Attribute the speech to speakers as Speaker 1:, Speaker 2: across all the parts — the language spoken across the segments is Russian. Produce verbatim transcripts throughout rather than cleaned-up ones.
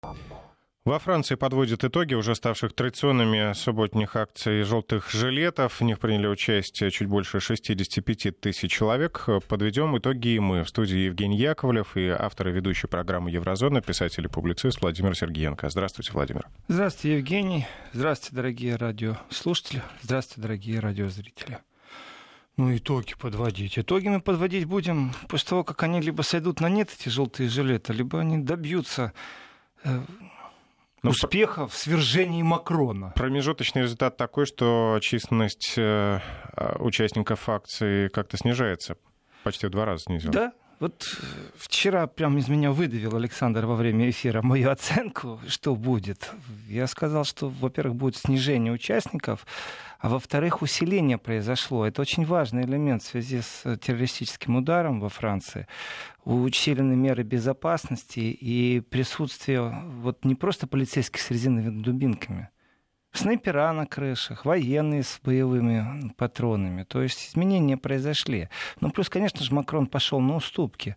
Speaker 1: Во Франции подводят итоги уже ставших традиционными субботних акций «желтых жилетов». В них приняли участие чуть больше шестьдесят пять тысяч человек. Подведем итоги и мы. В студии Евгений Яковлев и автор и ведущий программы «Еврозона», писатель и публицист Владимир Сергеенко. Здравствуйте, Владимир.
Speaker 2: Здравствуйте, Евгений. Здравствуйте, дорогие радиослушатели. Здравствуйте, дорогие радиозрители. Ну, итоги подводить. Итоги мы подводить будем после того, как они либо сойдут на нет, эти желтые жилеты, либо они добьются э,
Speaker 1: ну,
Speaker 2: успеха в свержении Макрона.
Speaker 1: Промежуточный результат такой, что численность э, участников акции как-то снижается. Почти в два раза снизилась.
Speaker 2: Да. Вот вчера прям из меня выдавил Александр во время эфира мою оценку, что будет. Я сказал, что, во-первых, будет снижение участников, а во-вторых, усиление произошло. Это очень важный элемент в связи с террористическим ударом во Франции. Усилены меры безопасности и присутствие вот не просто полицейских с резиновыми дубинками, снайпера на крышах, военные с боевыми патронами. То есть изменения произошли. Ну, плюс, конечно же, Макрон пошел на уступки.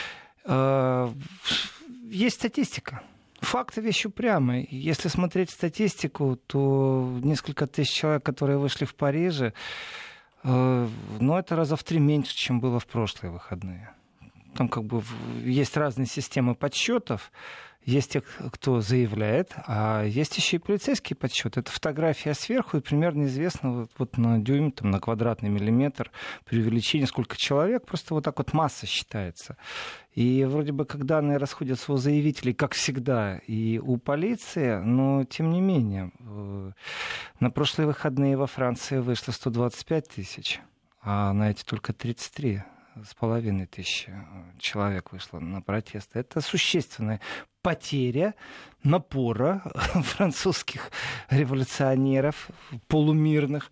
Speaker 2: Есть статистика. Факты вещь упрямая. Если смотреть статистику, то несколько тысяч человек, которые вышли в Париже, ну, это раза в три меньше, чем было в прошлые выходные. Там как бы есть разные системы подсчетов. Есть те, кто заявляет, а есть еще и полицейский подсчет. Это фотография сверху, и примерно известно вот, вот на дюйм, там, на квадратный миллиметр при увеличении сколько человек. Просто вот так вот масса считается. И вроде бы как данные расходятся у заявителей, как всегда, и у полиции, но тем не менее. На прошлые выходные во Франции вышло сто двадцать пять тысяч, а на эти только тридцать три с половиной тысячи человек вышло на протесты. Это существенная потеря напора французских революционеров, полумирных.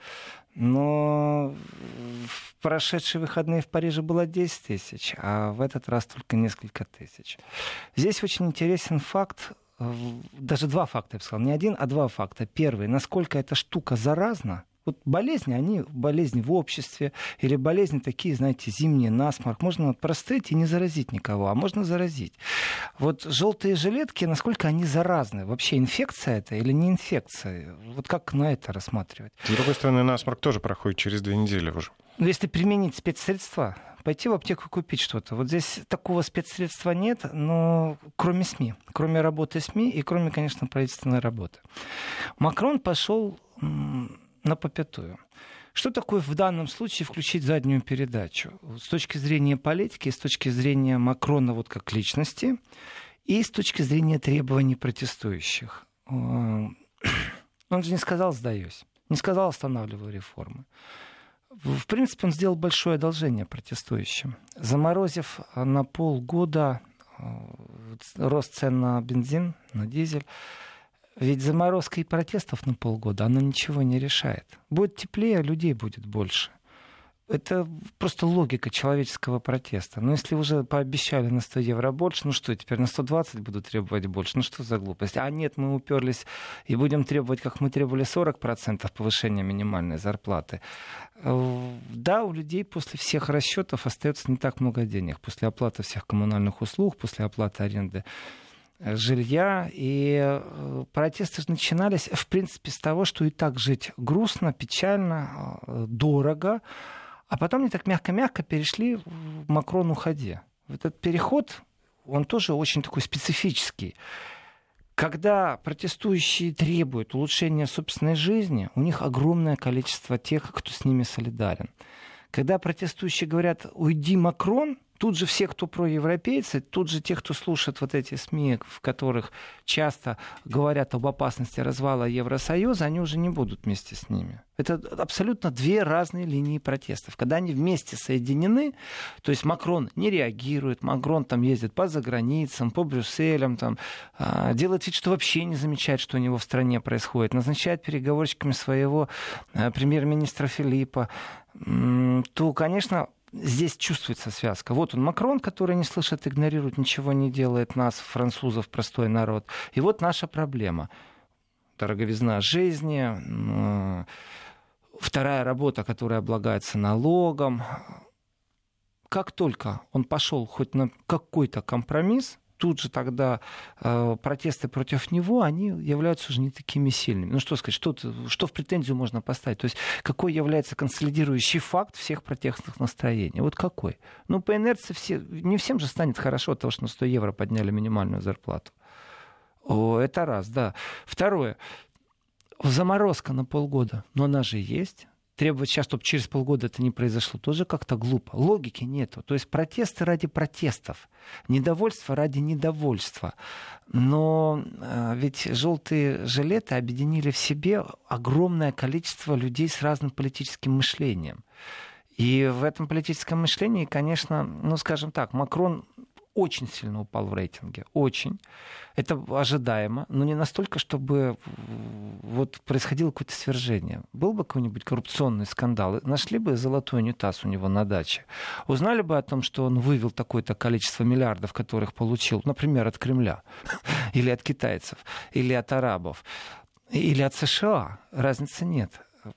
Speaker 2: Но в прошедшие выходные в Париже было десять тысяч, а в этот раз только несколько тысяч. Здесь очень интересен факт, даже два факта, я бы сказал, не один, а два факта. Первый, насколько эта штука заразна. Вот болезни, они болезни в обществе, или болезни такие, знаете, зимние, насморк. Можно простыть и не заразить никого, а можно заразить. Вот желтые жилетки, насколько они заразны? Вообще инфекция это или не инфекция? Вот как на это рассматривать?
Speaker 1: С другой стороны, насморк тоже проходит через две недели уже.
Speaker 2: Но если применить спецсредства, пойти в аптеку купить что-то. Вот здесь такого спецсредства нет, но кроме СМИ, кроме работы СМИ и кроме, конечно, правительственной работы. Макрон пошел на попятую. Что такое в данном случае включить заднюю передачу? С точки зрения политики, с точки зрения Макрона вот как личности и с точки зрения требований протестующих. Он же не сказал «сдаюсь», не сказал «останавливаю реформы». В принципе, он сделал большое одолжение протестующим, заморозив на полгода рост цен на бензин, на дизель. Ведь заморозка и протестов на полгода, она ничего не решает. Будет теплее, людей будет больше. Это просто логика человеческого протеста. Но если уже пообещали на сто евро больше, ну что, теперь на сто двадцать будут требовать больше? Ну что за глупость? А нет, мы уперлись и будем требовать, как мы требовали, сорок процентов повышения минимальной зарплаты. Да, у людей после всех расчетов остается не так много денег. После оплаты всех коммунальных услуг, после оплаты аренды жилья, и протесты начинались, в принципе, с того, что и так жить грустно, печально, дорого, а потом они так мягко-мягко перешли в «Макрон, уходи». Этот переход, он тоже очень такой специфический. Когда протестующие требуют улучшения собственной жизни, у них огромное количество тех, кто с ними солидарен. Когда протестующие говорят «уйди, Макрон», тут же все, кто проевропейцы, тут же те, кто слушает вот эти СМИ, в которых часто говорят об опасности развала Евросоюза, они уже не будут вместе с ними. Это абсолютно две разные линии протестов. Когда они вместе соединены, то есть Макрон не реагирует, Макрон там ездит по заграницам, по Брюсселям, там, делает вид, что вообще не замечает, что у него в стране происходит, назначает переговорщиками своего премьер-министра Филиппа, то, конечно, здесь чувствуется связка. Вот он, Макрон, который не слышит, игнорирует, ничего не делает, нас, французов, простой народ. И вот наша проблема. Дороговизна жизни, вторая работа, которая облагается налогом. Как только он пошел хоть на какой-то компромисс, тут же тогда э, протесты против него, они являются уже не такими сильными. Ну что сказать, что, что в претензию можно поставить? То есть какой является консолидирующий факт всех протестных настроений? Вот какой? Ну по инерции все, не всем же станет хорошо от того, что на сто евро подняли минимальную зарплату. О, это раз, да. Второе. Заморозка на полгода, но она же есть. Требовать сейчас, чтобы через полгода это не произошло, тоже как-то глупо. Логики нету. То есть протесты ради протестов, недовольство ради недовольства. Но э, ведь желтые жилеты объединили в себе огромное количество людей с разным политическим мышлением. И в этом политическом мышлении, конечно, ну, скажем так, Макрон очень сильно упал в рейтинге. Очень. Это ожидаемо, но не настолько, чтобы вот происходило какое-то свержение. Был бы какой-нибудь коррупционный скандал, нашли бы золотой унитаз у него на даче. Узнали бы о том, что он вывел такое-то количество миллиардов, которых получил, например, от Кремля, или от китайцев, или от арабов, или от США. Разницы нет.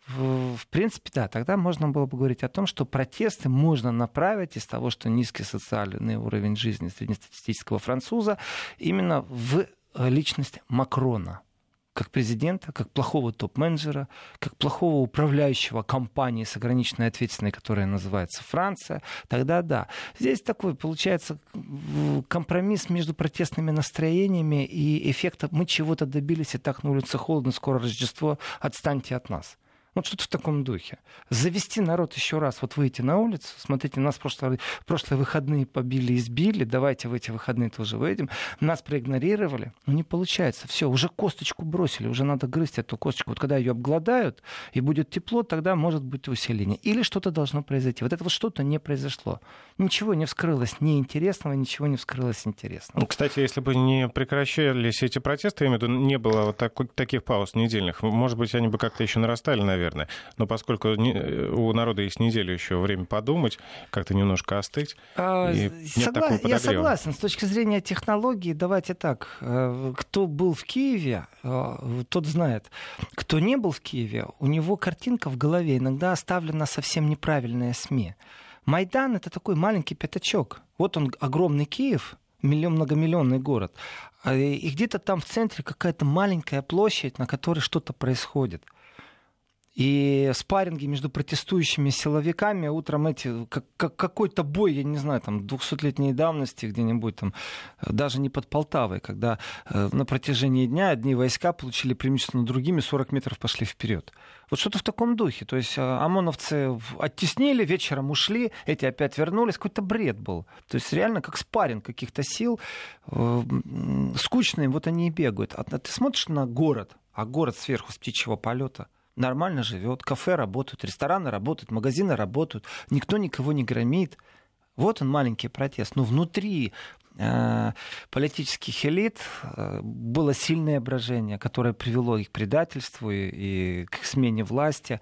Speaker 2: В принципе, да, тогда можно было бы говорить о том, что протесты можно направить из того, что низкий социальный уровень жизни среднестатистического француза, именно в личность Макрона, как президента, как плохого топ-менеджера, как плохого управляющего компанией с ограниченной ответственной, которая называется Франция. Тогда да. Здесь такой, получается, компромисс между протестными настроениями и эффектом «мы чего-то добились, и так на улице холодно, скоро Рождество, отстаньте от нас». Вот что-то в таком духе. Завести народ еще раз, вот выйти на улицу, смотрите, нас в прошлые, в прошлые выходные побили и избили, давайте в эти выходные тоже выйдем. Нас проигнорировали, но не получается. Все, уже косточку бросили, уже надо грызть эту косточку. Вот когда ее обгладают и будет тепло, тогда может быть усиление. Или что-то должно произойти. Вот это вот что-то не произошло. Ничего не вскрылось неинтересного, ничего не вскрылось интересного.
Speaker 1: Ну, кстати, если бы не прекращались эти протесты, я имею в виду, не было вот так, таких пауз недельных, может быть, они бы как-то еще нарастали, наверное. Но поскольку у народа есть неделя еще время подумать, как-то немножко остыть.
Speaker 2: А, согла... Я согласен. С точки зрения технологий, давайте так. Кто был в Киеве, тот знает. Кто не был в Киеве, у него картинка в голове иногда оставлена совсем неправильная СМИ. Майдан — это такой маленький пятачок. Вот он, огромный Киев, миллион, многомиллионный город. И где-то там в центре какая-то маленькая площадь, на которой что-то происходит. И спарринги между протестующими силовиками утром эти, как, как какой-то бой, я не знаю, там, двухсотлетней давности где-нибудь там, даже не под Полтавой, когда э, на протяжении дня одни войска получили преимущество над другими, сорок метров пошли вперед. Вот что-то в таком духе. То есть э, ОМОНовцы оттеснили, вечером ушли, эти опять вернулись. Какой-то бред был. То есть реально как спарринг каких-то сил. Э, скучно им, вот они и бегают. А ты смотришь на город, а город сверху с птичьего полета нормально живет, кафе работают, рестораны работают, магазины работают, никто никого не громит. Вот он, маленький протест. Но внутри э, политических элит э, было сильное брожение, которое привело их к предательству и, и к смене власти.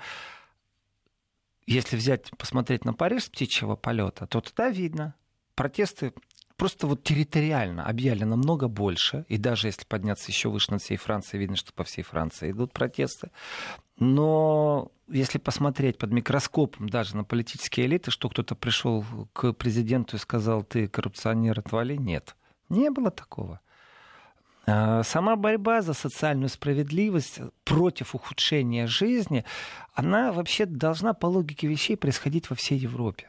Speaker 2: Если взять, посмотреть на Париж с птичьего полета, то тогда видно, протесты просто вот территориально объяли намного больше. И даже если подняться еще выше над всей Францией, видно, что по всей Франции идут протесты. Но если посмотреть под микроскопом даже на политические элиты, что кто-то пришел к президенту и сказал: ты коррупционер, отвали, нет. Не было такого. Сама борьба за социальную справедливость против ухудшения жизни, она вообще должна по логике вещей происходить во всей Европе.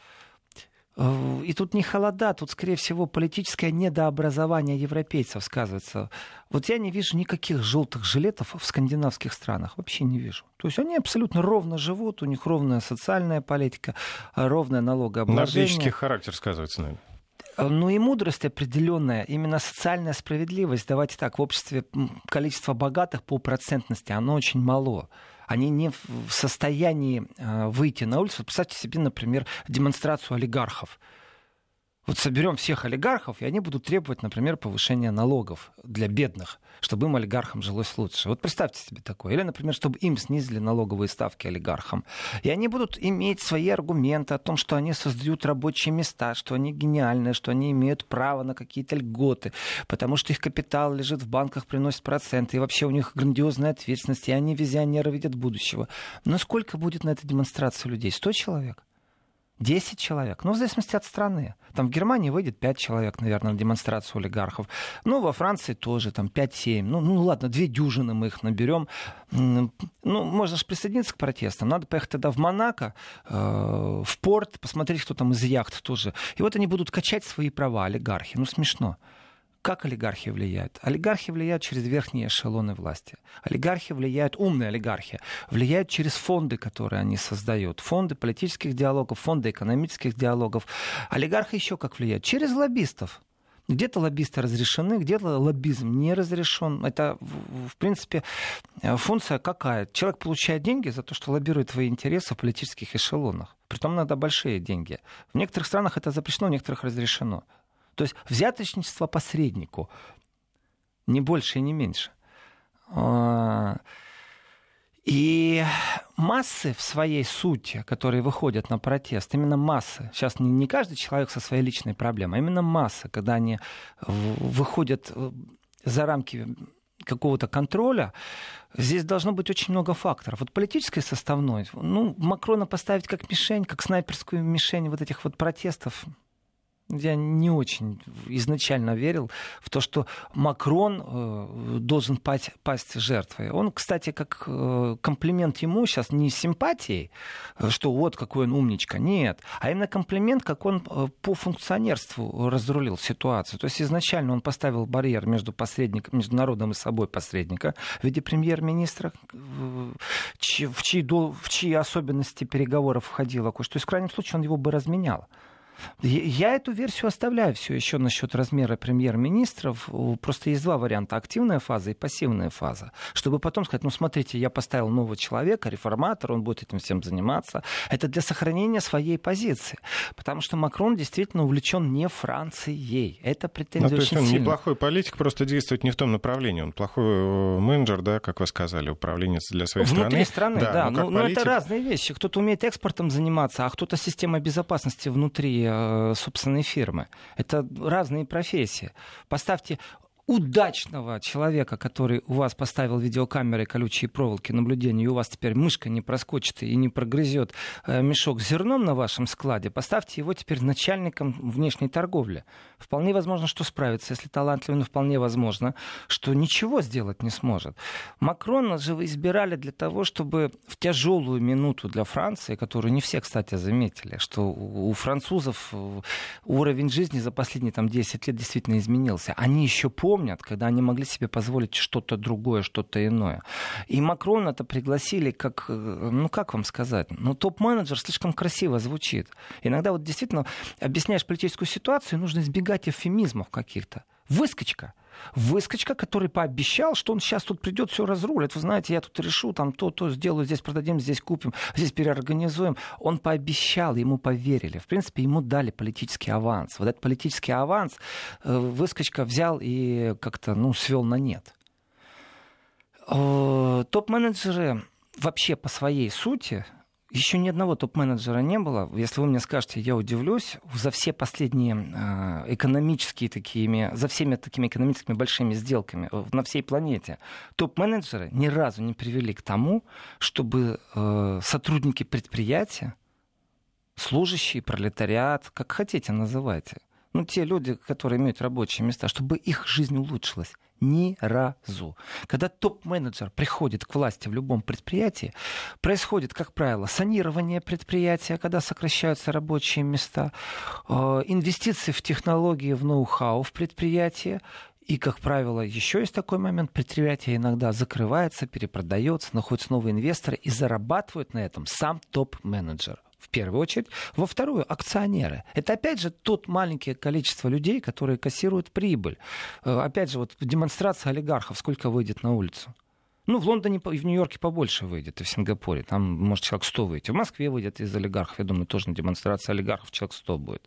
Speaker 2: И тут не холода, тут, скорее всего, политическое недообразование европейцев сказывается. Вот я не вижу никаких желтых жилетов в скандинавских странах. Вообще не вижу. То есть они абсолютно ровно живут, у них ровная социальная политика, ровное налогообложение.
Speaker 1: Нордический характер сказывается, наверное.
Speaker 2: Ну и мудрость определенная, именно социальная справедливость. Давайте так, в обществе количество богатых по процентности, оно очень мало. Они не в состоянии выйти на улицу. Представьте себе, например, демонстрацию олигархов. Вот соберем всех олигархов, и они будут требовать, например, повышения налогов для бедных, чтобы им, олигархам, жилось лучше. Вот представьте себе такое. Или, например, чтобы им снизили налоговые ставки олигархам. И они будут иметь свои аргументы о том, что они создают рабочие места, что они гениальные, что они имеют право на какие-то льготы, потому что их капитал лежит в банках, приносит проценты, и вообще у них грандиозная ответственность, и они визионеры, видят будущего. Но сколько будет на этой демонстрации людей? Сто человек? десять человек. Ну, в зависимости от страны. Там в Германии выйдет пять человек, наверное, на демонстрацию олигархов. Ну, во Франции тоже там пять-семь. Ну, ну, ладно, две дюжины мы их наберем. Ну, можно же присоединиться к протестам. Надо поехать тогда в Монако, э, в порт, посмотреть, кто там из яхт тоже. И вот они будут качать свои права, олигархи. Ну, смешно. Как олигархи влияют? Олигархи влияют через верхние эшелоны власти. Олигархи влияют, умные олигархи, влияют через фонды, которые они создают. Фонды политических диалогов, фонды экономических диалогов. Олигархи еще как влияют? Через лоббистов. Где-то лоббисты разрешены, где-то лоббизм не разрешен. Это, в принципе, функция какая? Человек получает деньги за то, что лоббирует твои интересы в политических эшелонах. Притом надо большие деньги. В некоторых странах это запрещено, в некоторых разрешено. То есть взяточничество посреднику. Не больше и не меньше. И массы в своей сути, которые выходят на протест, именно массы, сейчас не, не каждый человек со своей личной проблемой, а именно массы, когда они выходят за рамки какого-то контроля, здесь должно быть очень много факторов. Вот политической составной, ну, Макрона поставить как мишень, как снайперскую мишень вот этих вот протестов, я не очень изначально верил в то, что Макрон э, должен пасть, пасть жертвой. Он, кстати, как э, комплимент ему сейчас не симпатией, что вот какой он умничка, нет, а именно комплимент, как он э, по функционерству разрулил ситуацию. То есть изначально он поставил барьер между посредником, между народом и собой посредника в виде премьер-министра, в чьи, в чьи, в чьи особенности переговоров входило кое-что. То есть в крайнем случае он его бы разменял. Я эту версию оставляю все еще насчет размера премьер-министров. Просто есть два варианта. Активная фаза и пассивная фаза. Чтобы потом сказать, ну смотрите, я поставил нового человека, реформатор, он будет этим всем заниматься. Это для сохранения своей позиции. Потому что Макрон действительно увлечен не Францией. Это претензия
Speaker 1: ну, то есть
Speaker 2: очень
Speaker 1: он
Speaker 2: сильная.
Speaker 1: Неплохой политик, просто действует не в том направлении. Он плохой менеджер, да, как вы сказали, управленец для своей
Speaker 2: Внутри
Speaker 1: страны.
Speaker 2: Внутри страны, да.
Speaker 1: Но,
Speaker 2: ну,
Speaker 1: политик...
Speaker 2: но это разные вещи. Кто-то умеет экспортом заниматься, а кто-то системой безопасности внутри собственной фирмы. Это разные профессии. Поставьте удачного человека, который у вас поставил видеокамеры, колючие проволоки, наблюдения, и у вас теперь мышка не проскочит и не прогрызет мешок с зерном на вашем складе, поставьте его теперь начальником внешней торговли. Вполне возможно, что справится, если талантливый, но вполне возможно, что ничего сделать не сможет. Макрона же вы избирали для того, чтобы в тяжелую минуту для Франции, которую не все, кстати, заметили, что у французов уровень жизни за последние там, десять лет действительно изменился. Они еще помнят, когда они могли себе позволить что-то другое, что-то иное. И Макрона-то пригласили как, ну как вам сказать, ну топ-менеджер слишком красиво звучит. Иногда вот действительно объясняешь политическую ситуацию, нужно избегать эвфемизмов каких-то. Выскочка. Выскочка, который пообещал, что он сейчас тут придет, все разрулит. Вы знаете, я тут решу, там то, то сделаю, здесь продадим, здесь купим, здесь переорганизуем. Он пообещал, ему поверили. В принципе, ему дали политический аванс. Вот этот политический аванс Выскочка взял и как-то, ну, свел на нет. Топ-менеджеры вообще по своей сути... Еще ни одного топ-менеджера не было. Если вы мне скажете, я удивлюсь. За все последние э, экономические такими, за всеми такими экономическими большими сделками на всей планете топ-менеджеры ни разу не привели к тому, чтобы э, сотрудники предприятия, служащие, пролетариат, как хотите называйте, ну, те люди, которые имеют рабочие места, чтобы их жизнь улучшилась. Ни разу. Когда топ-менеджер приходит к власти в любом предприятии, происходит, как правило, санирование предприятия, когда сокращаются рабочие места, инвестиции в технологии, в ноу-хау в предприятии. И, как правило, еще есть такой момент, предприятие иногда закрывается, перепродается, находятся новые инвесторы и зарабатывают на этом сам топ-менеджер. В первую очередь. Во вторую, акционеры. Это, опять же, тот маленькое количество людей, которые кассируют прибыль. Опять же, вот демонстрация олигархов, сколько выйдет на улицу? Ну, в Лондоне и в Нью-Йорке побольше выйдет, и в Сингапуре. Там, может, человек сто выйти. В Москве выйдет из олигархов. Я думаю, тоже на демонстрации олигархов человек сто будет.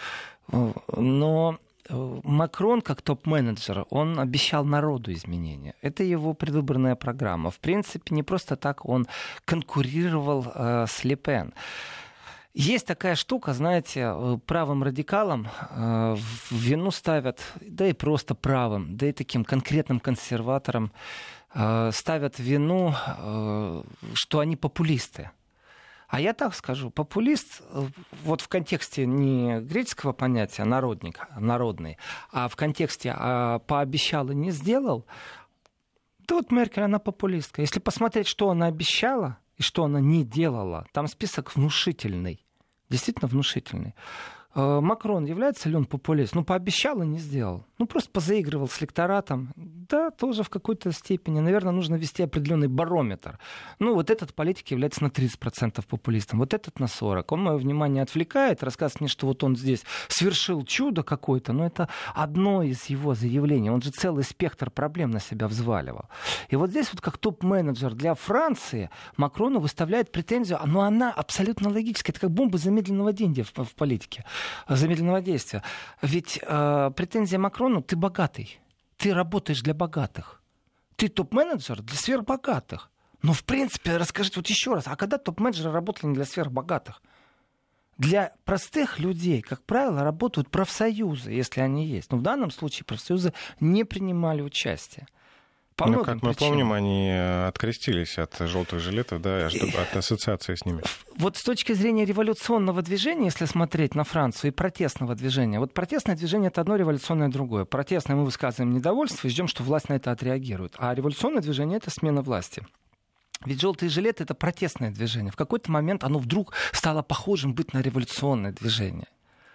Speaker 2: Но Макрон, как топ-менеджер, он обещал народу изменения. Это его предвыборная программа. В принципе, не просто так он конкурировал э, с Ле Пен. Есть такая штука, знаете, правым радикалам э, в вину ставят, да и просто правым, да и таким конкретным консерваторам э, ставят вину, э, что они популисты. А я так скажу, популист, вот в контексте не греческого понятия народник, народный, а в контексте а, пообещал и не сделал, да вот Меркель, она популистка. Если посмотреть, что она обещала и что она не делала, там список внушительный, действительно внушительный. Макрон, является ли он популистом? Ну, пообещал и не сделал. Ну, просто позаигрывал с электоратом. Да, тоже в какой-то степени. Наверное, нужно ввести определенный барометр. Ну, вот этот политик является на тридцать процентов популистом, вот этот на сорок процентов. Он мое внимание отвлекает, рассказывает мне, что вот он здесь совершил чудо какое-то, но это одно из его заявлений. Он же целый спектр проблем на себя взваливал. И вот здесь вот как топ-менеджер для Франции Макрону выставляет претензию, но она абсолютно логическая. Это как бомба замедленного действия в, в политике. Замедленного действия. Ведь э, претензия Макрону: ты богатый, ты работаешь для богатых, ты топ-менеджер для сверхбогатых. Ну, в принципе, расскажите вот еще раз, а когда топ-менеджеры работали не для сверхбогатых? Для простых людей, как правило, работают профсоюзы, если они есть. Но в данном случае профсоюзы не принимали участие. По
Speaker 1: ну, как мы
Speaker 2: причинам.
Speaker 1: помним, они открестились от желтых жилетов, да, от ассоциации с ними.
Speaker 2: Вот с точки зрения революционного движения, если смотреть на Францию, и протестного движения. Вот протестное движение — это одно, революционное — другое. Протестное — мы высказываем недовольство и ждем, что власть на это отреагирует. А революционное движение — это смена власти. Ведь желтые жилеты — это протестное движение. В какой-то момент оно вдруг стало похожим быть на революционное движение.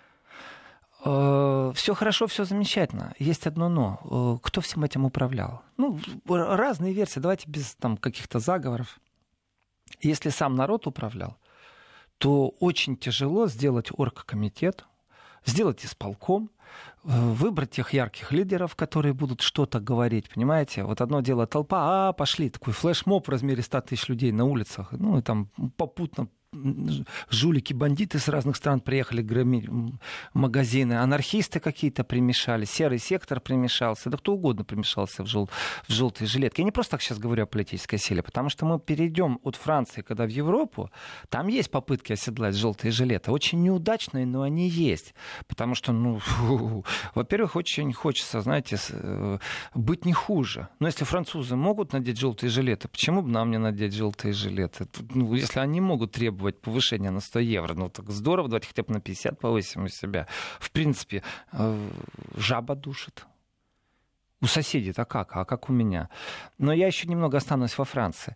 Speaker 2: Все хорошо, все замечательно. Есть одно но. Кто всем этим управлял? Ну, разные версии. Давайте без там каких-то заговоров. Если сам народ управлял, то очень тяжело сделать оргкомитет, сделать исполком, выбрать тех ярких лидеров, которые будут что-то говорить, понимаете? Вот одно дело толпа, а, пошли, такой флешмоб в размере ста тысяч людей на улицах, ну и там попутно жулики, бандиты с разных стран приехали громить магазины, анархисты какие-то примешались, серый сектор примешался, да кто угодно примешался в, жел... в желтые жилетки. Я не просто так сейчас говорю о политической силе, потому что мы перейдем от Франции, когда в Европу, там есть попытки оседлать желтые жилеты, очень неудачные, но они есть, потому что, ну, фу, во-первых, очень хочется, знаете, быть не хуже. Но если французы могут надеть желтые жилеты, почему бы нам не надеть желтые жилеты? Ну, если они могут требовать повышение на сто евро. Ну, так здорово, давайте хотя бы на пятьдесят повысим у себя. В принципе, жаба душит. У соседей-то как? А как у меня? Но я еще немного останусь во Франции.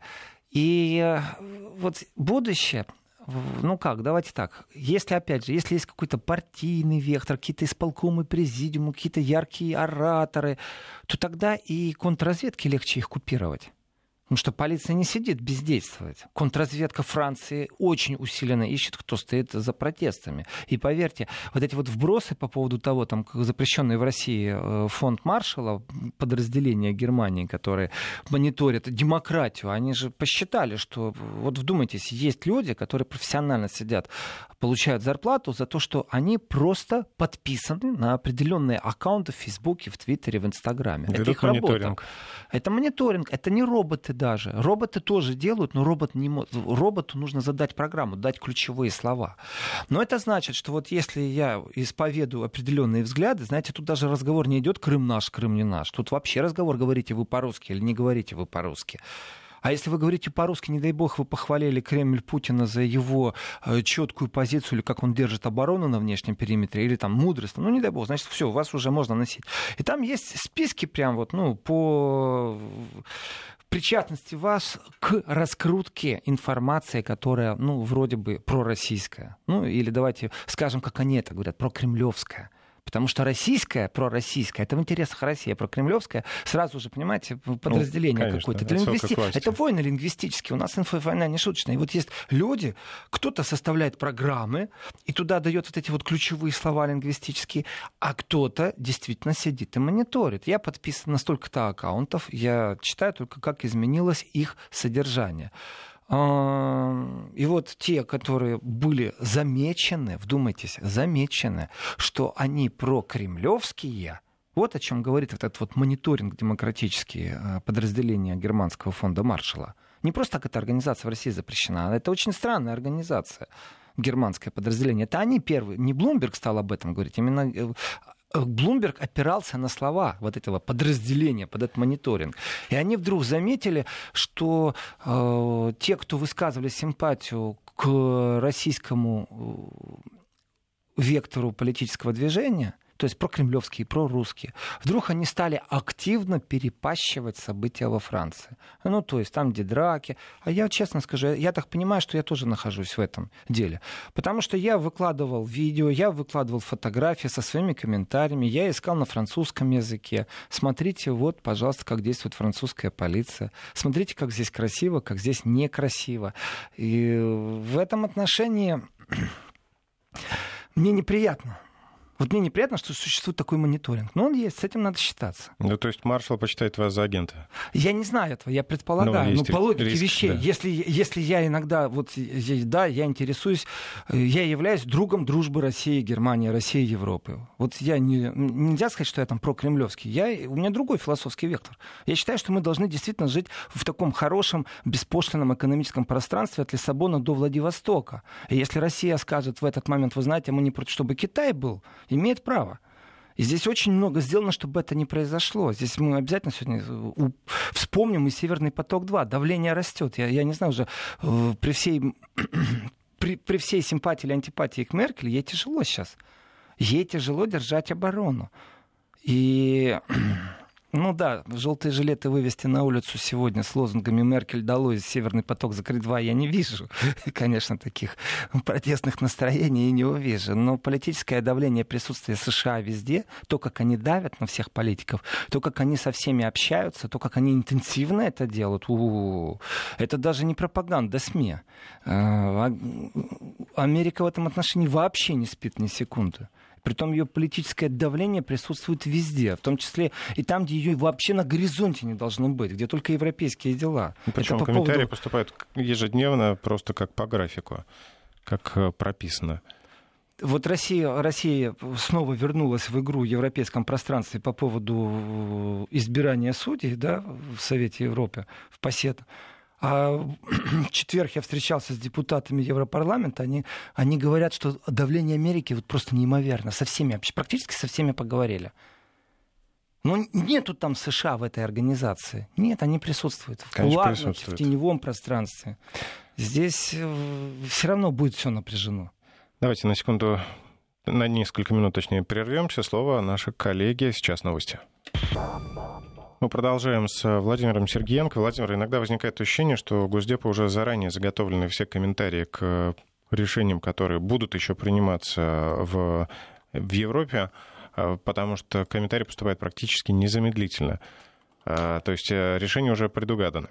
Speaker 2: И вот будущее... Ну как, давайте так. Если, опять же, если есть какой-то партийный вектор, какие-то исполкомы, президиумы, какие-то яркие ораторы, то тогда и контрразведке легче их купировать. Потому что полиция не сидит бездействовать. Контрразведка Франции очень усиленно ищет, кто стоит за протестами. И поверьте, вот эти вот вбросы по поводу того, там, запрещенный в России фонд Маршалла, подразделение Германии, которые мониторят демократию, они же посчитали, что, вот вдумайтесь, есть люди, которые профессионально сидят, получают зарплату за то, что они просто подписаны на определенные аккаунты в Фейсбуке, в Твиттере, в Инстаграме.
Speaker 1: Это,
Speaker 2: это их
Speaker 1: мониторинг.
Speaker 2: работа. Это мониторинг, это не роботы даже. Роботы тоже делают, но робот не мо... роботу нужно задать программу, дать ключевые слова. Но это значит, что вот если я исповедую определенные взгляды, знаете, тут даже разговор не идет «Крым наш, Крым не наш». Тут вообще разговор, говорите вы по-русски или не говорите вы по-русски. А если вы говорите по-русски, не дай бог, вы похвалили Кремль Путина за его э, четкую позицию, или как он держит оборону на внешнем периметре, или там мудрость, ну не дай бог, значит, все, вас уже можно носить. И там есть списки прям вот, ну, по причастности вас к раскрутке информации, которая, ну, вроде бы пророссийская. Ну, или давайте скажем, как они это говорят, прокремлевская. Потому что российская, пророссийская, это в интересах России, а прокремлевская, сразу же, понимаете, подразделение ну, какое-то. Для лингвисти... Это войны лингвистические, у нас инфовойна не шуточная. И вот есть люди, кто-то составляет программы, и туда дает вот эти вот ключевые слова лингвистические, а кто-то действительно сидит и мониторит. Я подписан на столько-то аккаунтов, я читаю только, как изменилось их содержание. И вот те, которые были замечены, вдумайтесь, замечены, что они прокремлевские, вот о чем говорит вот этот вот мониторинг демократический подразделения германского фонда Маршалла. Не просто так эта организация в России запрещена, это очень странная организация, германское подразделение. Это они первые, не Блумберг стал об этом говорить, именно... Блумберг опирался на слова вот этого подразделения, под этот мониторинг. И они вдруг заметили, что э, те, кто высказывали симпатию к к российскому вектору политического движения, то есть прокремлевские, прорусские, вдруг они стали активно перепащивать события во Франции. Ну, то есть там, где драки. А я, честно скажу, я так понимаю, что я тоже нахожусь в этом деле. Потому что я выкладывал видео, я выкладывал фотографии со своими комментариями, я искал на французском языке. Смотрите, вот, пожалуйста, как действует французская полиция. Смотрите, как здесь красиво, как здесь некрасиво. И в этом отношении мне неприятно. Вот мне неприятно, что существует такой мониторинг. Но он есть, с этим надо считаться.
Speaker 1: Ну, то есть маршал почитает вас за агента?
Speaker 2: Я не знаю этого, я предполагаю. Ну, по логике риск, вещей. Да. Если, если я иногда, вот, да, я интересуюсь, я являюсь другом дружбы России и Германии, России и Европы. Вот я не, нельзя сказать, что я там прокремлевский. Я, у меня другой философский вектор. Я считаю, что мы должны действительно жить в таком хорошем, беспошлинном экономическом пространстве от Лиссабона до Владивостока. И если Россия скажет в этот момент, вы знаете, мы не против, чтобы Китай был, имеет право. И здесь очень много сделано, чтобы это не произошло. Здесь мы обязательно сегодня вспомним и «Северный поток-два». Давление растет. Я, я не знаю уже, при всей, при, при всей симпатии или антипатии к Меркель, ей тяжело сейчас. Ей тяжело держать оборону. И... Ну да, желтые жилеты вывести на улицу сегодня с лозунгами «Меркель долой, Северный поток закрыть два» я не вижу. Конечно, таких протестных настроений я не увижу. Но политическое давление, присутствие США везде, то, как они давят на всех политиков, то, как они со всеми общаются, то, как они интенсивно это делают, у-у-у, это даже не пропаганда, СМИ. Америка в этом отношении вообще не спит ни секунды. Притом ее политическое давление присутствует везде, в том числе и там, где ее вообще на горизонте не должно быть, где только европейские дела.
Speaker 1: Причем по комментарии поводу... поступают ежедневно, просто как по графику, как прописано.
Speaker 2: Вот Россия, Россия снова вернулась в игру в европейском пространстве по поводу избирания судей, да, в Совете Европы, в ПАСЕТ. А в четверг я встречался с депутатами Европарламента, они, они говорят, что давление Америки вот просто неимоверно. Со всеми, практически со всеми поговорили. Но нету там США в этой организации. Нет, они присутствуют в кулуарном, в теневом пространстве. Здесь все равно будет все напряжено.
Speaker 1: Давайте на секунду, на несколько минут, точнее, прервемся. Слово наши коллеги. Сейчас новости. Мы продолжаем с Владимиром Сергеенко. Владимир, иногда возникает ощущение, что у Госдепа уже заранее заготовлены все комментарии к решениям, которые будут еще приниматься в, в Европе, потому что комментарии поступают практически незамедлительно. То есть решения уже предугаданы.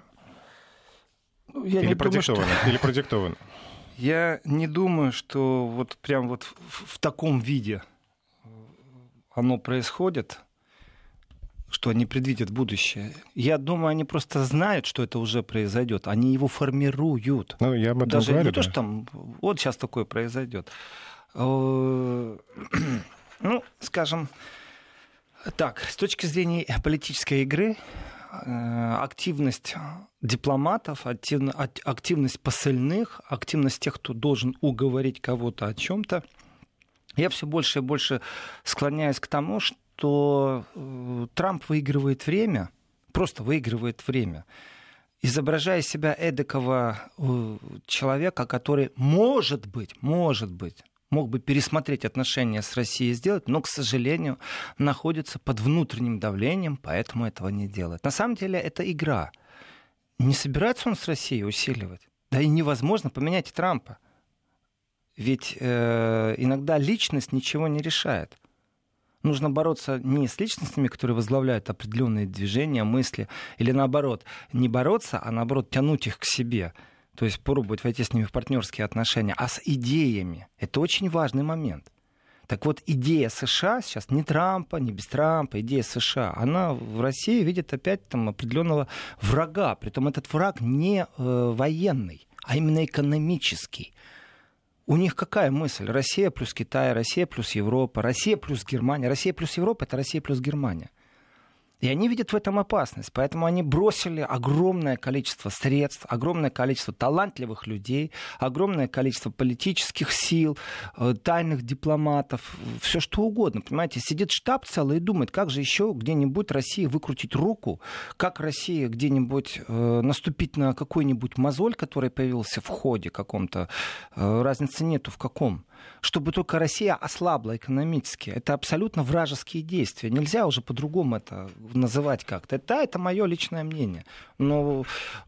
Speaker 2: Я
Speaker 1: или,
Speaker 2: не
Speaker 1: продиктованы,
Speaker 2: думаю, что...
Speaker 1: или продиктованы.
Speaker 2: Я не думаю, что вот прям вот в, в таком виде оно происходит, что они предвидят будущее. Я думаю, они просто знают, что это уже произойдет. Они его формируют.
Speaker 1: Ну, я об этом
Speaker 2: Даже
Speaker 1: говорю,
Speaker 2: не
Speaker 1: да.
Speaker 2: то, что там вот сейчас такое произойдет. Ну, скажем так, с точки зрения политической игры, активность дипломатов, активность посыльных, активность тех, кто должен уговорить кого-то о чем-то, я все больше и больше склоняюсь к тому, что что Трамп выигрывает время, просто выигрывает время, изображая себя эдакого человека, который, может быть, может быть, мог бы пересмотреть отношения с Россией и сделать, но, к сожалению, находится под внутренним давлением, поэтому этого не делает. На самом деле это игра. Не собирается он с Россией усиливать. Да и невозможно поменять Трампа. Ведь э, иногда личность ничего не решает. Нужно бороться не с личностями, которые возглавляют определенные движения, мысли, или наоборот, не бороться, а наоборот тянуть их к себе. То есть пробовать войти с ними в партнерские отношения, а с идеями. Это очень важный момент. Так вот, идея США сейчас не Трампа, не без Трампа, идея США, она в России видит опять там определенного врага. Притом этот враг не э, военный, а именно экономический. У них какая мысль? Россия плюс Китай, Россия плюс Европа, Россия плюс Германия. Россия плюс Европа — это Россия плюс Германия. И они видят в этом опасность. Поэтому они бросили огромное количество средств, огромное количество талантливых людей, огромное количество политических сил, тайных дипломатов, все что угодно. Понимаете, сидит штаб целый и думает, как же еще где-нибудь России выкрутить руку, как Россия где-нибудь э, наступить на какой-нибудь мозоль, который появился в ходе каком-то. Э, разницы нету в каком. Чтобы только Россия ослабла экономически. Это абсолютно вражеские действия. Нельзя уже по-другому это называть как-то. Да, это мое личное мнение. Но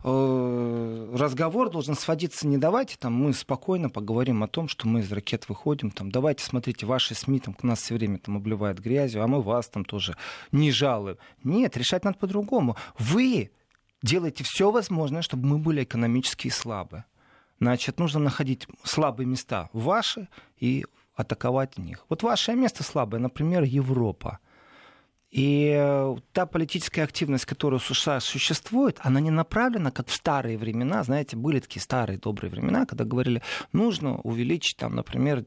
Speaker 2: э, разговор должен сводиться не давайте там мы спокойно поговорим о том, что мы из ракет выходим. Там, давайте, смотрите, ваши СМИ там, нас все время там, обливают грязью, а мы вас там тоже не жалуем. Нет, решать надо по-другому. Вы делаете все возможное, чтобы мы были экономически слабы. Значит, нужно находить слабые места ваши и атаковать них. Вот ваше место слабое, например, Европа. И та политическая активность, которая в США существует, она не направлена, как в старые времена. Знаете, были такие старые добрые времена, когда говорили, нужно увеличить, там, например,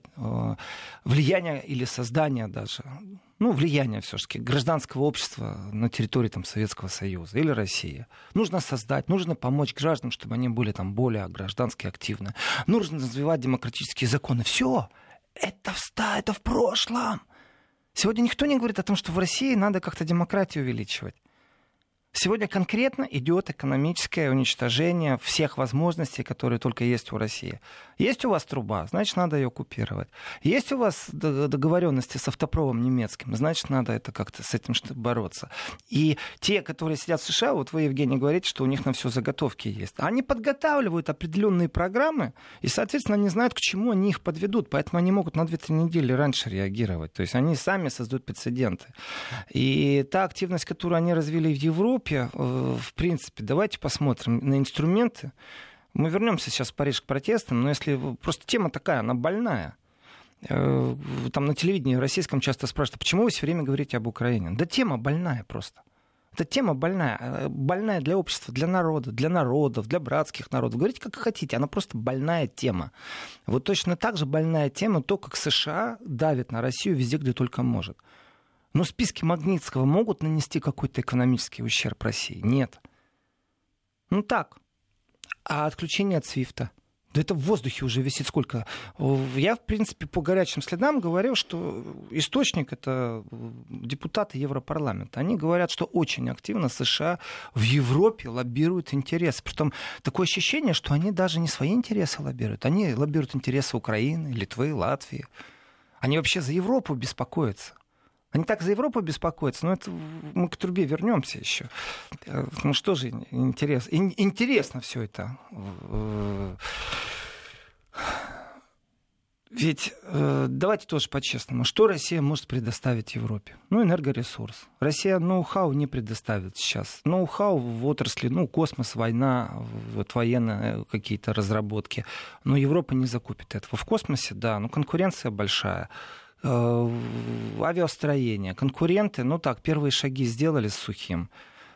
Speaker 2: влияние или создание даже, ну, влияние все-таки гражданского общества на территории там, Советского Союза или России. Нужно создать, нужно помочь гражданам, чтобы они были там, более граждански активны. Нужно развивать демократические законы. Все, это в, это в прошлом. Сегодня никто не говорит о том, что в России надо как-то демократию увеличивать. Сегодня конкретно идет экономическое уничтожение всех возможностей, которые только есть у России. Есть у вас труба, значит, надо ее купировать. Есть у вас договоренности с автопромом немецким, значит, надо это как-то с этим бороться. И те, которые сидят в США, вот вы, Евгений, говорите, что у них на все заготовки есть. Они подготавливают определенные программы, и, соответственно, они знают, к чему они их подведут. Поэтому они могут на две-три недели раньше реагировать. То есть они сами создают прецеденты. И та активность, которую они развили в Европе, в принципе, давайте посмотрим на инструменты. Мы вернемся сейчас в Париж к протестам, но если просто тема такая, она больная. Там на телевидении российском часто спрашивают, почему вы все время говорите об Украине? Да тема больная просто. Эта тема больная. Больная для общества, для народа, для народов, для братских народов. Говорите, как хотите, она просто больная тема. Вот точно так же больная тема то, как США давит на Россию везде, где только может. Но списки Магнитского могут нанести какой-то экономический ущерб России? Нет. Ну так. А отключение от свифта? Да это в воздухе уже висит сколько. Я, в принципе, по горячим следам говорил, что источник — это депутаты Европарламента. Они говорят, что очень активно США в Европе лоббируют интересы. Притом такое ощущение, что они даже не свои интересы лоббируют. Они лоббируют интересы Украины, Литвы, Латвии. Они вообще за Европу беспокоятся. Они так за Европу беспокоятся, но это мы к трубе вернемся еще. Ну что же интересно? Интересно все это. Ведь давайте тоже по-честному. Что Россия может предоставить Европе? Ну, энергоресурс. Россия ноу-хау не предоставит сейчас. Ноу-хау в отрасли, ну, космос, война, вот, военные какие-то разработки. Но Европа не закупит этого. В космосе, да, но конкуренция большая. Авиастроение, конкуренты, ну так, первые шаги сделали с Сухим.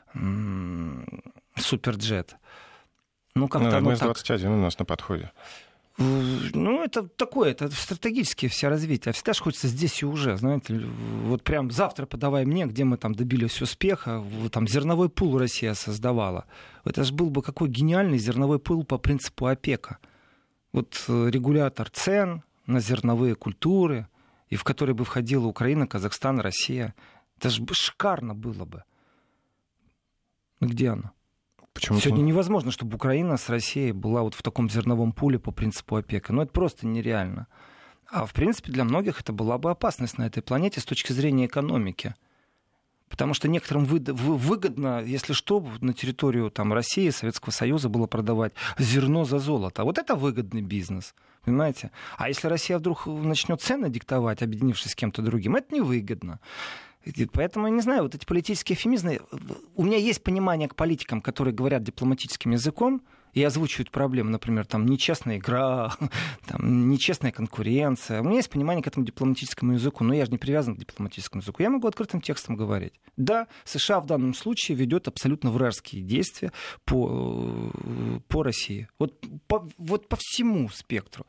Speaker 2: Суперджет. Ну, как-то
Speaker 1: эм эс двадцать один так... у нас на подходе.
Speaker 2: Ну, это такое, это стратегические все развития. Всегда же хочется здесь и уже, знаете, вот прям завтра подавай мне, где мы там добились успеха, там зерновой пул Россия создавала. Это же был бы какой гениальный зерновой пул по принципу ОПЕКа. Вот регулятор цен на зерновые культуры, и в который бы входила Украина, Казахстан, Россия. Это же шикарно было бы. Где оно? Почему Сегодня не... невозможно, чтобы Украина с Россией была вот в таком зерновом пуле по принципу ОПЕКа. Но это просто нереально. А в принципе для многих это была бы опасность на этой планете с точки зрения экономики. Потому что некоторым выгодно, если что, на территорию там, России, Советского Союза было продавать зерно за золото. А вот это выгодный бизнес. Понимаете? А если Россия вдруг начнет цены диктовать, объединившись с кем-то другим, это невыгодно. Поэтому, я не знаю, вот эти политические эвфемизмы... У меня есть понимание к политикам, которые говорят дипломатическим языком, и озвучивают проблемы, например, там нечестная игра, там, нечестная конкуренция. У меня есть понимание к этому дипломатическому языку, но я же не привязан к дипломатическому языку. Я могу открытым текстом говорить. Да, США в данном случае ведет абсолютно вражеские действия по, по России. Вот по, вот по всему спектру.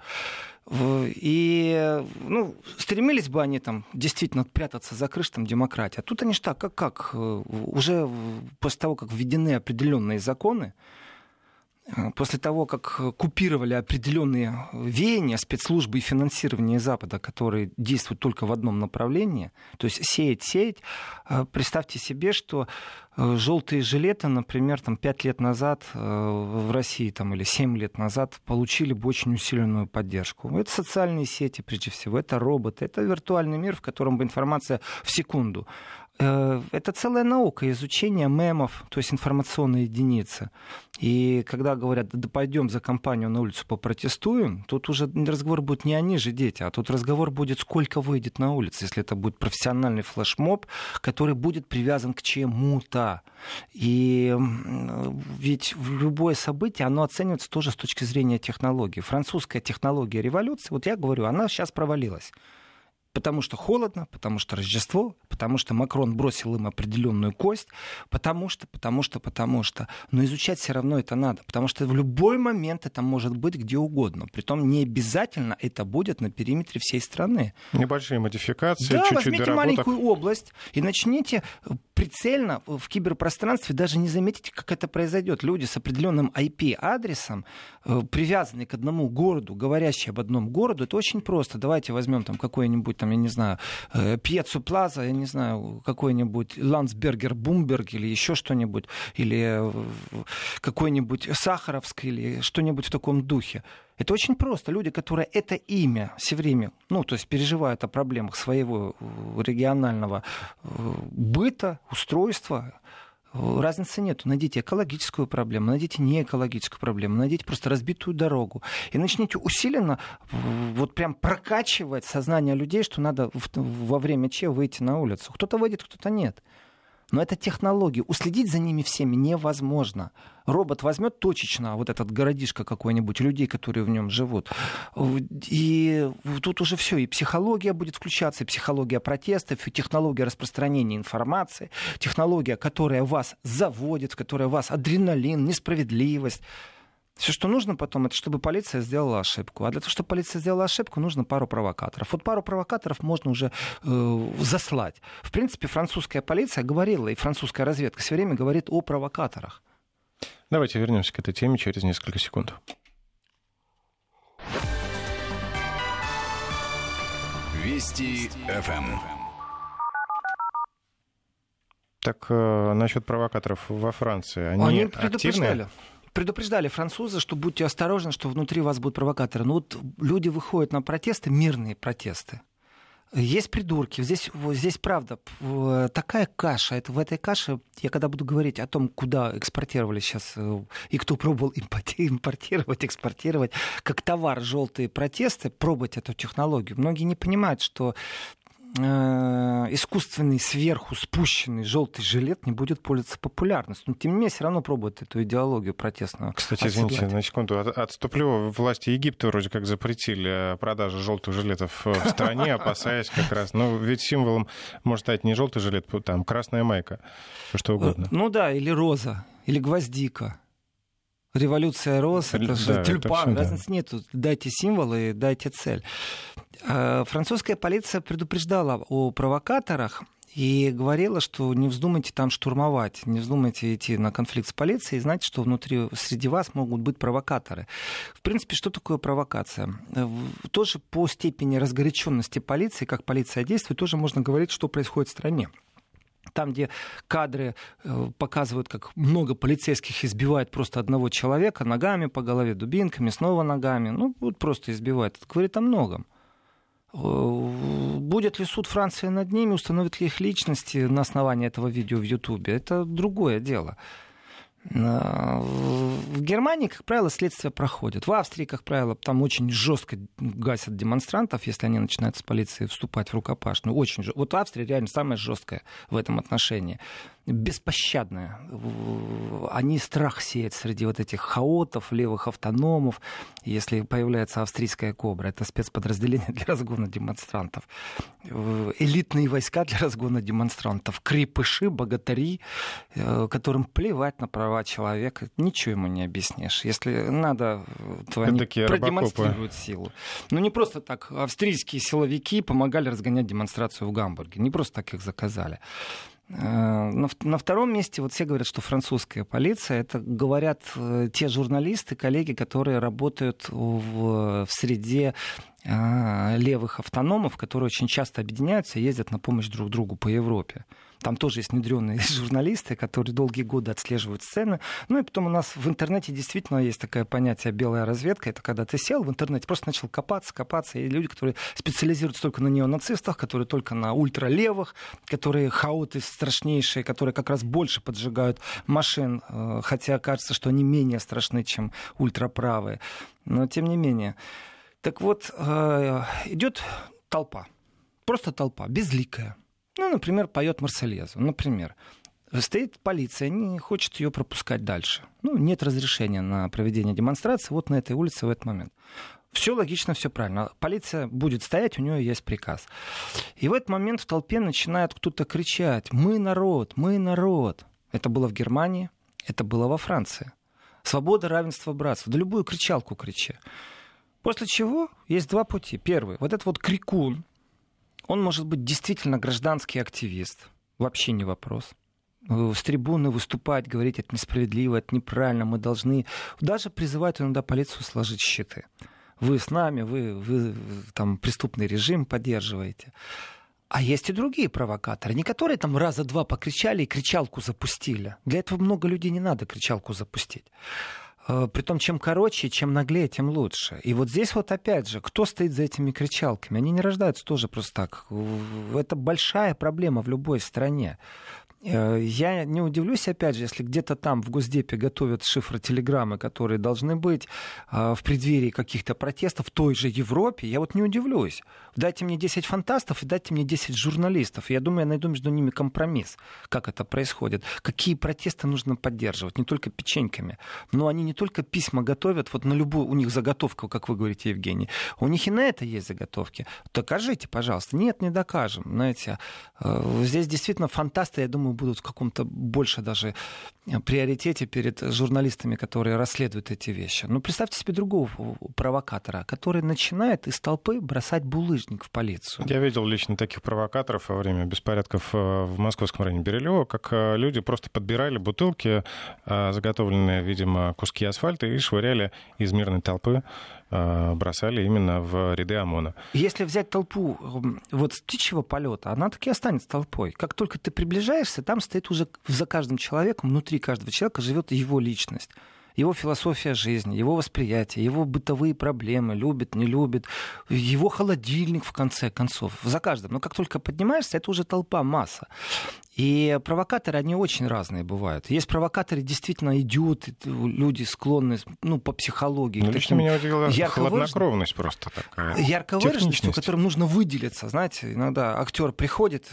Speaker 2: И ну, стремились бы они там действительно прятаться за крыш там, демократии. А тут они же так, как, как уже после того, как введены определенные законы, после того, как купировали определенные веяния, спецслужбы и финансирование Запада, которые действуют только в одном направлении, то есть сеять, сеять, представьте себе, что желтые жилеты, например, там, пять лет назад в России там, или семь лет назад получили бы очень усиленную поддержку. Это социальные сети, прежде всего, это роботы, это виртуальный мир, в котором бы информация в секунду. Это целая наука изучения мемов, то есть информационной единицы. И когда говорят, да пойдем за компанию на улицу попротестуем, тут уже разговор будет не они же дети, а тут разговор будет, сколько выйдет на улицу, если это будет профессиональный флешмоб, который будет привязан к чему-то. И ведь любое событие, оно оценивается тоже с точки зрения технологии. Французская технология революции, вот я говорю, она сейчас провалилась. Потому что холодно, потому что Рождество, потому что Макрон бросил им определенную кость, потому что, потому что, потому что. Но изучать все равно это надо, потому что в любой момент это может быть где угодно. Притом не обязательно это будет на периметре всей страны.
Speaker 1: Небольшие модификации,
Speaker 2: да,
Speaker 1: чуть-чуть
Speaker 2: возьмите
Speaker 1: доработок.
Speaker 2: Маленькую область и начните прицельно в киберпространстве, даже не заметите, как это произойдет. Люди с определенным ай пи-адресом, привязанные к одному городу, говорящие об одном городе, это очень просто. Давайте возьмем там какой-нибудь там, я не знаю, Пьецу Плаза, я не знаю, какой-нибудь Ландсбергер Бумберг или еще что-нибудь, или какой-нибудь Сахаровск или что-нибудь в таком духе. Это очень просто. Люди, которые это имя все время, ну, то есть переживают о проблемах своего регионального быта, устройства, разницы нет. Найдите экологическую проблему, найдите неэкологическую проблему, найдите просто разбитую дорогу. И начните усиленно вот прям прокачивать сознание людей, что надо во время Че выйти на улицу. Кто-то выйдет, кто-то нет. Но это технологии. Уследить за ними всеми невозможно. Робот возьмет точечно вот этот городишко какой-нибудь, людей, которые в нем живут. И тут уже все. И психология будет включаться, и психология протестов, и технология распространения информации, технология, которая вас заводит, в которой вас адреналин, несправедливость. Все, что нужно потом, это чтобы полиция сделала ошибку. А для того, чтобы полиция сделала ошибку, нужно пару провокаторов. Вот пару провокаторов можно уже э, заслать. В принципе, французская полиция говорила, и французская разведка все время говорит о провокаторах.
Speaker 1: Давайте вернемся к этой теме через несколько секунд.
Speaker 3: Вести эф эм.
Speaker 1: Так, э, насчет провокаторов во Франции. Они,
Speaker 2: Они
Speaker 1: активные?
Speaker 2: Предупреждали французы, что будьте осторожны, что внутри вас будут провокаторы. Но вот люди выходят на протесты, мирные протесты. Есть придурки. Здесь, здесь правда, такая каша. Это, в этой каше, я когда буду говорить о том, куда экспортировали сейчас, и кто пробовал импортировать, экспортировать, как товар желтые протесты, пробовать эту технологию. Многие не понимают, что искусственный, сверху спущенный желтый жилет не будет пользоваться популярностью. Но тем не менее, все равно пробуют эту идеологию протестную.
Speaker 1: Кстати, извините, на секунду отступлю. Власти Египта вроде как запретили продажу желтых жилетов в стране, опасаясь как раз. Ну, ведь символом может стать не желтый жилет, там красная майка, что угодно.
Speaker 2: Ну да, или роза, или гвоздика. Революция роз, это же да, тюльпан, это разницы да. нет. Дайте символы, дайте цель. Французская полиция предупреждала о провокаторах и говорила, что не вздумайте там штурмовать, не вздумайте идти на конфликт с полицией, и знайте, что внутри, среди вас могут быть провокаторы. В принципе, что такое провокация? Тоже по степени разгоряченности полиции, как полиция действует, тоже можно говорить, что происходит в стране. Там, где кадры показывают, как много полицейских избивает просто одного человека ногами по голове, дубинками, снова ногами. Ну, вот просто избивает. Это говорит о многом. Будет ли суд Франции над ними, установят ли их личности на основании этого видео в Ютубе, это другое дело. В Германии, как правило, следствие проходит. В Австрии, как правило, там очень жестко гасят демонстрантов, если они начинают с полицией вступать в рукопашную. Очень жестко. Вот Австрия реально самая жесткая в этом отношении. Беспощадная. Они страх сеют среди вот этих хаотов, левых автономов. Если появляется австрийская кобра, это спецподразделение для разгона демонстрантов. Элитные войска для разгона демонстрантов. Крепыши, богатыри, которым плевать на права человека. Ничего ему не объяснишь. Если надо, то они продемонстрируют силу. Но не просто так. Австрийские силовики помогали разгонять демонстрацию в Гамбурге. Не просто так их заказали. На, на втором месте вот все говорят, что французская полиция. Это говорят те журналисты, коллеги, которые работают в, в среде а, левых автономов, которые очень часто объединяются и ездят на помощь друг другу по Европе. Там тоже есть внедренные журналисты, которые долгие годы отслеживают сцены. Ну и потом у нас в интернете действительно есть такое понятие белая разведка. Это когда ты сел в интернете, просто начал копаться, копаться. И люди, которые специализируются только на неонацистах, которые только на ультралевых, которые хаоты страшнейшие, которые как раз больше поджигают машин, хотя кажется, что они менее страшны, чем ультраправые. Но тем не менее. Так вот, идет толпа. Просто толпа, безликая. Ну, например, поет Марсельезу. Например, стоит полиция, не хочет ее пропускать дальше. Ну, нет разрешения на проведение демонстрации вот на этой улице в этот момент. Все логично, все правильно. Полиция будет стоять, у нее есть приказ. И в этот момент в толпе начинает кто-то кричать: «Мы народ, мы народ». Это было в Германии, это было во Франции. Свобода, равенство, братство. Да любую кричалку кричи. После чего есть два пути. Первый. Вот этот вот крикун, он может быть действительно гражданский активист. Вообще не вопрос. С трибуны выступать, говорить: это несправедливо, это неправильно, мы должны... Даже призывают иногда полицию сложить щиты. Вы с нами, вы, вы там преступный режим поддерживаете. А есть и другие провокаторы, не которые там раза два покричали и кричалку запустили. Для этого много людей не надо кричалку запустить. Притом, чем короче, чем наглее, тем лучше. И вот здесь вот опять же, кто стоит за этими кричалками? Они не рождаются тоже просто так. Это большая проблема в любой стране. Я не удивлюсь, опять же, если где-то там в Госдепе готовят шифротелеграммы, которые должны быть в преддверии каких-то протестов в той же Европе, я вот не удивлюсь. Дайте мне десять фантастов и дайте мне десять журналистов. Я думаю, я найду между ними компромисс, как это происходит. Какие протесты нужно поддерживать, не только печеньками. Но они не только письма готовят, вот на любую, у них заготовка, как вы говорите, Евгений, у них и на это есть заготовки. Докажите, пожалуйста. Нет, не докажем. Знаете, здесь действительно фантасты, я думаю, будут в каком-то больше даже приоритете перед журналистами, которые расследуют эти вещи. Но представьте себе другого провокатора, который начинает из толпы бросать булыжник в полицию.
Speaker 1: Я видел лично таких провокаторов во время беспорядков в московском районе Бирюлево, как люди просто подбирали бутылки, заготовленные, видимо, куски асфальта, и швыряли из мирной толпы, бросали именно в ряды ОМОНа.
Speaker 2: Если взять толпу вот с птичьего полета, она таки останется толпой. Как только ты приближаешься, там стоит уже за каждым человеком, внутри каждого человека живет его личность, его философия жизни, его восприятие, его бытовые проблемы, любит, не любит, его холодильник, в конце концов, за каждым. Но как только поднимаешься, это уже толпа, масса. И провокаторы, они очень разные бывают. Есть провокаторы, действительно, идиоты, люди склонны, ну, по психологии.
Speaker 1: Ну, лично меня удивила хладнокровность просто такая.
Speaker 2: Ярко выраженностью, которым нужно выделиться. Знаете, иногда актер приходит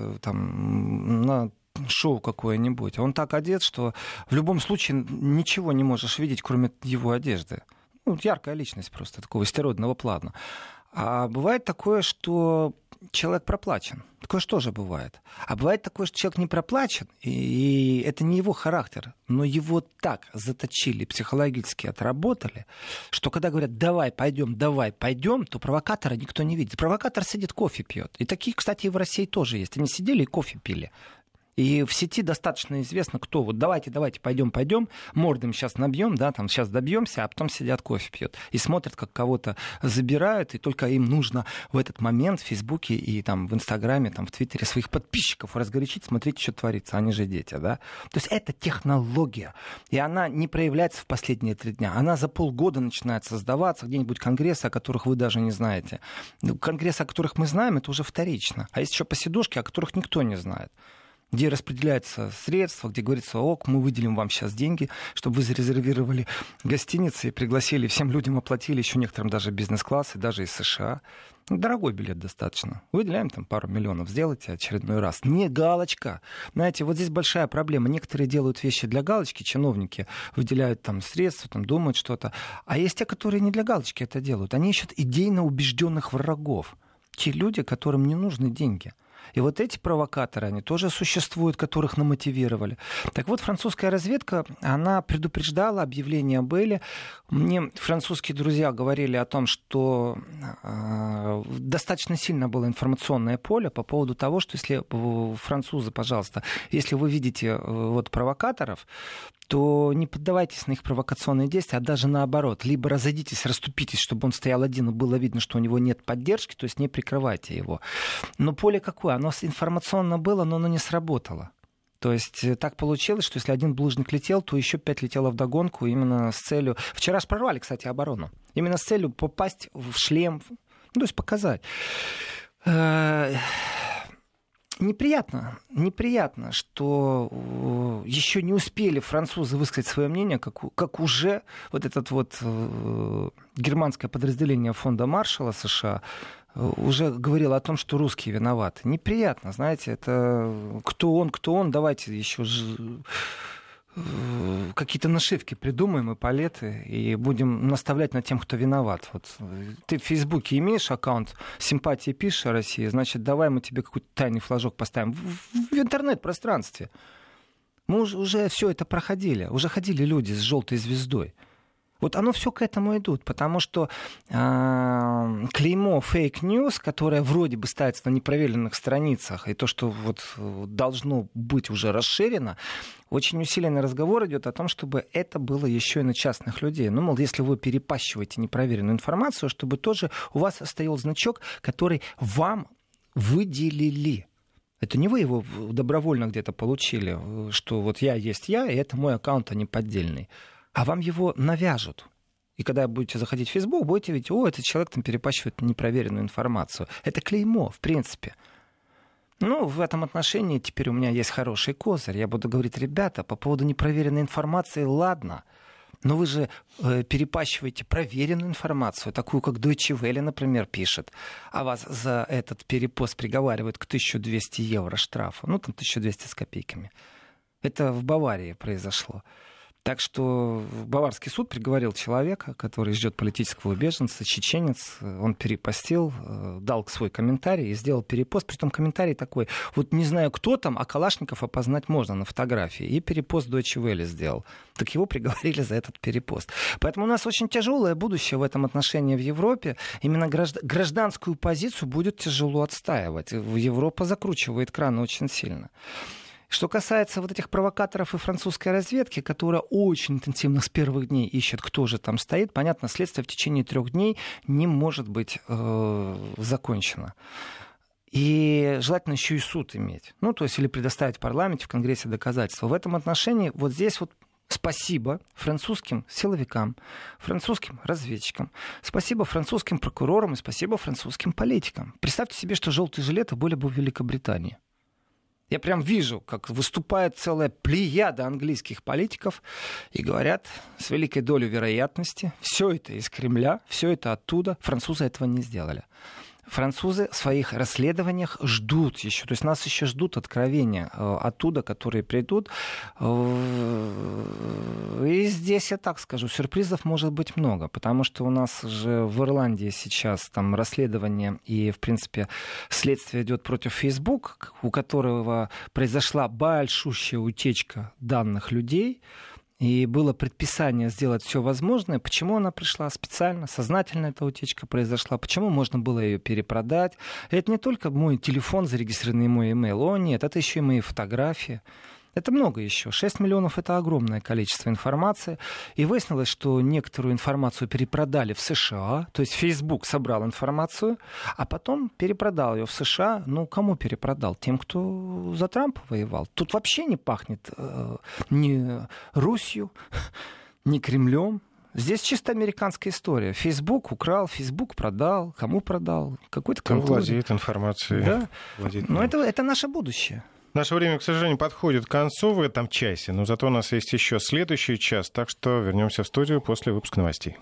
Speaker 2: там, на шоу какое-нибудь, он так одет, что в любом случае ничего не можешь видеть, кроме его одежды. Ну, яркая личность просто, такого стероидного плана. А бывает такое, что человек проплачен. Такое же тоже бывает. А бывает такое, что человек не проплачен, и это не его характер, но его так заточили, психологически отработали, что когда говорят «давай, пойдем, давай, пойдем», то провокатора никто не видит. Провокатор сидит, кофе пьет. И такие, кстати, и в России тоже есть. Они сидели и кофе пили. И в сети достаточно известно, кто вот давайте, давайте, пойдем, пойдем, мордами сейчас набьем, да, там сейчас добьемся, а потом сидят кофе пьют и смотрят, как кого-то забирают, и только им нужно в этот момент в Фейсбуке и там в Инстаграме, там в Твиттере своих подписчиков разгорячить, смотрите, что творится, они же дети, да. То есть это технология, и она не проявляется в последние три дня, она за полгода начинает создаваться, где-нибудь конгрессы, о которых вы даже не знаете. Конгрессы, о которых мы знаем, это уже вторично, а есть еще посидушки, о которых никто не знает. где распределяются средства, где говорится: ок, мы выделим вам сейчас деньги, чтобы вы зарезервировали гостиницы и пригласили, всем людям оплатили, еще некоторым даже бизнес-класс, и даже из США. Дорогой билет достаточно. Выделяем там пару миллионов, сделайте очередной раз. Не галочка. Знаете, вот здесь большая проблема. Некоторые делают вещи для галочки, чиновники выделяют там средства, там думают что-то. А есть те, которые не для галочки это делают. Они ищут идейно убежденных врагов. Те люди, которым не нужны деньги. И вот эти провокаторы, они тоже существуют, которых намотивировали. Так вот, французская разведка, она предупреждала объявление об Эле. Мне французские друзья говорили о том, что э, достаточно сильно было информационное поле по поводу того, что если французы, пожалуйста, если вы видите э, вот провокаторов, то не поддавайтесь на их провокационные действия, а даже наоборот. Либо разойдитесь, расступитесь, чтобы он стоял один, и было видно, что у него нет поддержки, то есть не прикрывайте его. Но поле какое? Оно информационно было, но оно не сработало. То есть так получилось, что если один булыжник летел, то еще пять летело вдогонку именно с целью... Вчера же прорвали, кстати, оборону. Именно с целью попасть в шлем, ну, то есть показать. Неприятно, неприятно, что еще не успели французы высказать свое мнение, как, как уже вот это вот э, германское подразделение фонда Маршалла США уже говорило о том, что русские виноваты. Неприятно, знаете, это кто он, кто он, давайте еще ж... какие-то нашивки придумаем, эполеты, и будем наставлять над тем, кто виноват. Вот ты в Фейсбуке имеешь аккаунт, симпатии пишешь о России, значит, давай мы тебе какой-то тайный флажок поставим. В, в интернет-пространстве. Мы уже, уже все это проходили. Уже ходили люди с желтой звездой. Вот оно все к этому идут, потому что э, клеймо фейк-ньюс, которое вроде бы ставится на непроверенных страницах, и то, что вот должно быть уже расширено, очень усиленный разговор идет о том, чтобы это было еще и на частных людей. Ну, мол, если вы перепащиваете непроверенную информацию, чтобы тоже у вас стоял значок, который вам выделили. Это не вы его добровольно где-то получили, что вот я есть я, и это мой аккаунт, а не поддельный. А вам его навяжут. И когда будете заходить в Facebook, будете видеть: о, этот человек там перепащивает непроверенную информацию. Это клеймо, в принципе. Ну, в этом отношении теперь у меня есть хороший козырь. Я буду говорить: ребята, по поводу непроверенной информации, ладно, но вы же э, перепащиваете проверенную информацию, такую, как Deutsche Welle, например, пишет, а вас за этот перепост приговаривают к тысяча двести евро штрафа. Ну, там тысяча двести с копейками. Это в Баварии произошло. Так что Баварский суд приговорил человека, который ждет политического беженца, чеченец. Он перепостил, дал свой комментарий и сделал перепост. Притом комментарий такой: вот не знаю, кто там, а Калашников опознать можно на фотографии. И перепост Deutsche Welle сделал. Так его приговорили за этот перепост. Поэтому у нас очень тяжелое будущее в этом отношении в Европе. Именно гражданскую позицию будет тяжело отстаивать. Европа закручивает краны очень сильно. Что касается вот этих провокаторов и французской разведки, которая очень интенсивно с первых дней ищет, кто же там стоит, понятно, следствие в течение трех дней не может быть э, закончено. И желательно еще и суд иметь. Ну, то есть или предоставить в парламенте, в Конгрессе доказательства. В этом отношении вот здесь вот спасибо французским силовикам, французским разведчикам, спасибо французским прокурорам и спасибо французским политикам. Представьте себе, что желтые жилеты были бы в Великобритании. Я прям вижу, как выступает целая плеяда английских политиков и говорят с великой долей вероятности: все это из Кремля, все это оттуда. Французы этого не сделали. Французы в своих расследованиях ждут еще, то есть нас еще ждут откровения оттуда, которые придут. И здесь я так скажу, сюрпризов может быть много, потому что у нас же в Ирландии сейчас там расследование и, в принципе, следствие идет против Facebook, у которого произошла большущая утечка данных людей. И было предписание сделать все возможное. Почему она пришла специально, сознательно эта утечка произошла? Почему можно было ее перепродать? Это не только мой телефон, зарегистрированный мой имейл. О, нет, это еще и мои фотографии. Это много еще. шесть миллионов — это огромное количество информации. И выяснилось, что некоторую информацию перепродали в США. То есть Facebook собрал информацию, а потом перепродал ее в США. Ну, кому перепродал? Тем, кто за Трампа воевал. Тут вообще не пахнет э, ни Русью, ни Кремлем. Здесь чисто американская история. Facebook украл, Facebook продал. Кому продал? Какой-то конторе.
Speaker 1: Кто владеет информацией.
Speaker 2: Да.
Speaker 1: Владеет...
Speaker 2: Но это, это наше будущее.
Speaker 1: Наше время, к сожалению, подходит к концу в этом часе, но зато у нас есть еще следующий час, так что вернемся в студию после выпуска новостей.